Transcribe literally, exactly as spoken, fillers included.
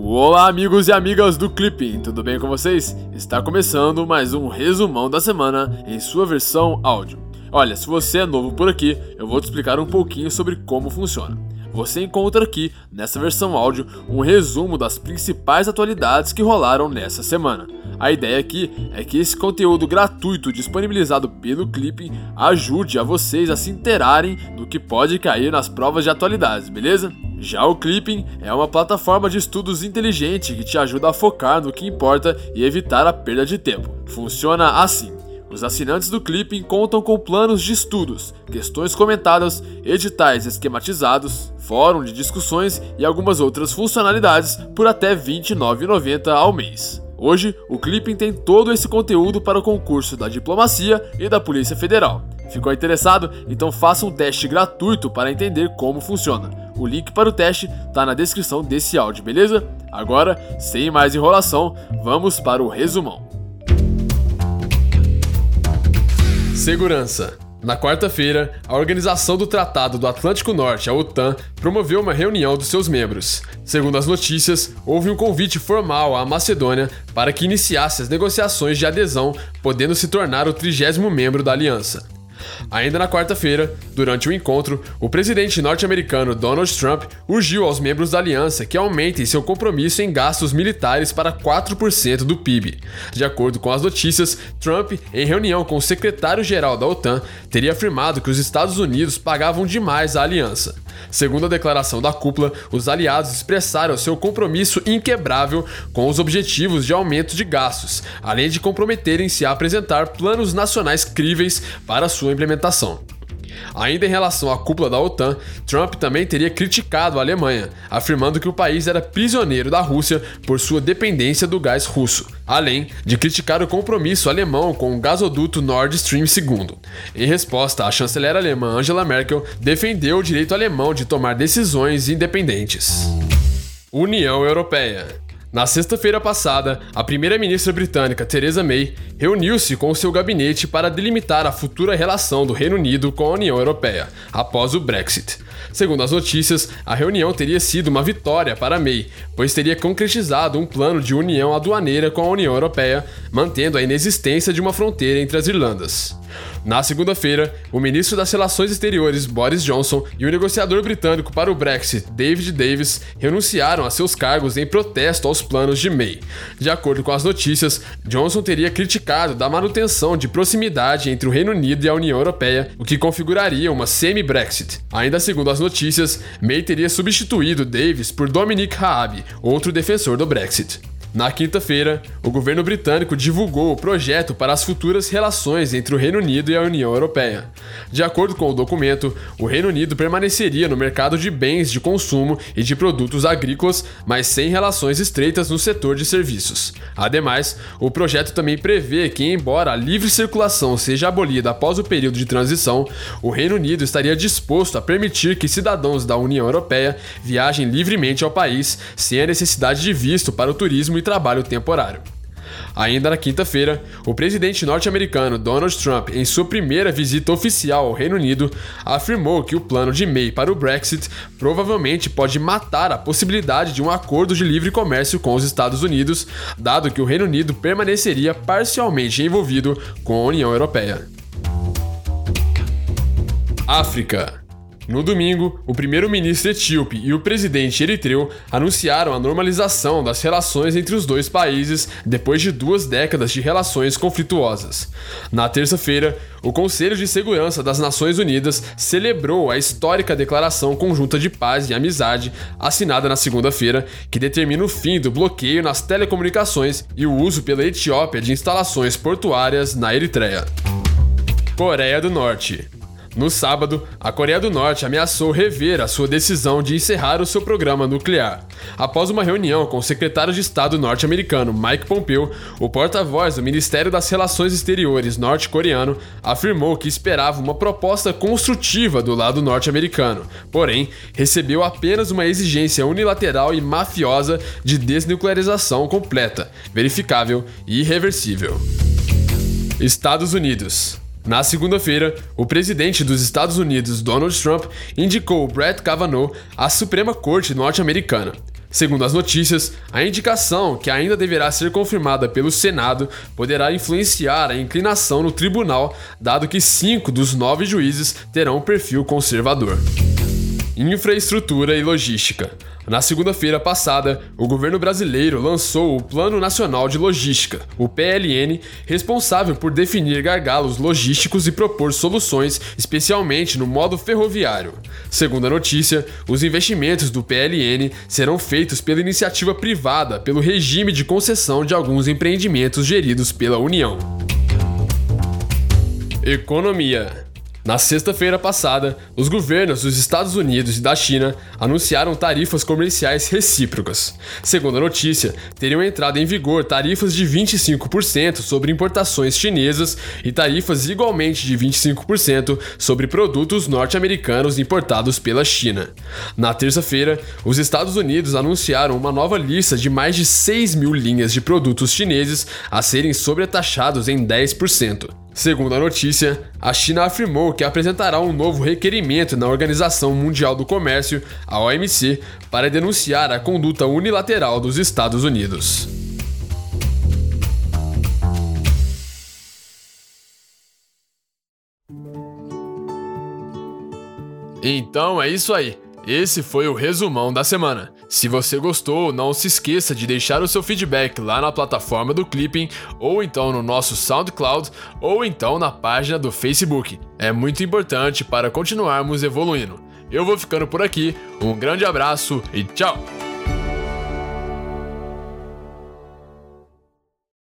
Olá amigos e amigas do Clipping, tudo bem com vocês? Está começando mais um resumão da semana em sua versão áudio. Olha, se você é novo por aqui, eu vou te explicar um pouquinho sobre como funciona. Você encontra aqui, nessa versão áudio, um resumo das principais atualidades que rolaram nessa semana. A ideia aqui é que esse conteúdo gratuito disponibilizado pelo Clipping ajude a vocês a se inteirarem do que pode cair nas provas de atualidades, beleza? Já o Clipping é uma plataforma de estudos inteligente que te ajuda a focar no que importa e evitar a perda de tempo. Funciona assim: os assinantes do Clipping contam com planos de estudos, questões comentadas, editais esquematizados, fórum de discussões e algumas outras funcionalidades por até vinte e nove reais e noventa centavos ao mês. Hoje, o Clipping tem todo esse conteúdo para o concurso da Diplomacia e da Polícia Federal. Ficou interessado? Então faça um teste gratuito para entender como funciona. O link para o teste está na descrição desse áudio, beleza? Agora, sem mais enrolação, vamos para o resumão. Segurança. Na quarta-feira, a Organização do Tratado do Atlântico Norte, a OTAN, promoveu uma reunião dos seus membros. Segundo as notícias, houve um convite formal à Macedônia para que iniciasse as negociações de adesão, podendo se tornar o trigésimo membro da aliança. Ainda na quarta-feira, durante o encontro, o presidente norte-americano Donald Trump urgiu aos membros da aliança que aumentem seu compromisso em gastos militares para quatro por cento do P I B. De acordo com as notícias, Trump, em reunião com o secretário-geral da OTAN, teria afirmado que os Estados Unidos pagavam demais à aliança. Segundo a declaração da cúpula, os aliados expressaram seu compromisso inquebrável com os objetivos de aumento de gastos, além de comprometerem-se a apresentar planos nacionais críveis para sua implementação. Ainda em relação à cúpula da OTAN, Trump também teria criticado a Alemanha, afirmando que o país era prisioneiro da Rússia por sua dependência do gás russo, além de criticar o compromisso alemão com o gasoduto Nord Stream dois. Em resposta, a chanceler alemã Angela Merkel defendeu o direito alemão de tomar decisões independentes. União Europeia. Na sexta-feira passada, a primeira-ministra britânica Theresa May reuniu-se com o seu gabinete para delimitar a futura relação do Reino Unido com a União Europeia, após o Brexit. Segundo as notícias, a reunião teria sido uma vitória para May, pois teria concretizado um plano de união aduaneira com a União Europeia, mantendo a inexistência de uma fronteira entre as Irlandas. Na segunda-feira, o ministro das Relações Exteriores, Boris Johnson, e o negociador britânico para o Brexit, David Davis, renunciaram a seus cargos em protesto aos planos de May. De acordo com as notícias, Johnson teria criticado da manutenção de proximidade entre o Reino Unido e a União Europeia, o que configuraria uma semi-Brexit. Ainda segundo as notícias, May teria substituído Davis por Dominic Raab, outro defensor do Brexit. Na quinta-feira, o governo britânico divulgou o projeto para as futuras relações entre o Reino Unido e a União Europeia. De acordo com o documento, o Reino Unido permaneceria no mercado de bens de consumo e de produtos agrícolas, mas sem relações estreitas no setor de serviços. Ademais, o projeto também prevê que, embora a livre circulação seja abolida após o período de transição, o Reino Unido estaria disposto a permitir que cidadãos da União Europeia viajem livremente ao país, sem a necessidade de visto para o turismo e trabalho temporário. Ainda na quinta-feira, o presidente norte-americano Donald Trump, em sua primeira visita oficial ao Reino Unido, afirmou que o plano de May para o Brexit provavelmente pode matar a possibilidade de um acordo de livre comércio com os Estados Unidos, dado que o Reino Unido permaneceria parcialmente envolvido com a União Europeia. África. No domingo, o primeiro-ministro etíope e o presidente eritreu anunciaram a normalização das relações entre os dois países depois de duas décadas de relações conflituosas. Na terça-feira, o Conselho de Segurança das Nações Unidas celebrou a histórica Declaração Conjunta de Paz e Amizade, assinada na segunda-feira, que determina o fim do bloqueio nas telecomunicações e o uso pela Etiópia de instalações portuárias na Eritreia. Coreia do Norte. No sábado, a Coreia do Norte ameaçou rever a sua decisão de encerrar o seu programa nuclear. Após uma reunião com o secretário de Estado norte-americano Mike Pompeo, o porta-voz do Ministério das Relações Exteriores norte-coreano afirmou que esperava uma proposta construtiva do lado norte-americano, porém, recebeu apenas uma exigência unilateral e mafiosa de desnuclearização completa, verificável e irreversível. Estados Unidos. Na segunda-feira, o presidente dos Estados Unidos, Donald Trump, indicou Brett Kavanaugh à Suprema Corte norte-americana. Segundo as notícias, a indicação, que ainda deverá ser confirmada pelo Senado, poderá influenciar a inclinação no tribunal, dado que cinco dos nove juízes terão um perfil conservador. Infraestrutura e logística. Na segunda-feira passada, o governo brasileiro lançou o Plano Nacional de Logística, o P L N, responsável por definir gargalos logísticos e propor soluções, especialmente no modo ferroviário. Segundo a notícia, os investimentos do P L N serão feitos pela iniciativa privada pelo regime de concessão de alguns empreendimentos geridos pela União. Economia. Na sexta-feira passada, os governos dos Estados Unidos e da China anunciaram tarifas comerciais recíprocas. Segundo a notícia, teriam entrado em vigor tarifas de vinte e cinco por cento sobre importações chinesas e tarifas igualmente de vinte e cinco por cento sobre produtos norte-americanos importados pela China. Na terça-feira, os Estados Unidos anunciaram uma nova lista de mais de seis mil linhas de produtos chineses a serem sobretaxados em dez por cento. Segundo a notícia, a China afirmou que apresentará um novo requerimento na Organização Mundial do Comércio, a O M C, para denunciar a conduta unilateral dos Estados Unidos. Então é isso aí. Esse foi o resumão da semana. Se você gostou, não se esqueça de deixar o seu feedback lá na plataforma do Clipping, ou então no nosso SoundCloud, ou então na página do Facebook. É muito importante para continuarmos evoluindo. Eu vou ficando por aqui, um grande abraço e tchau!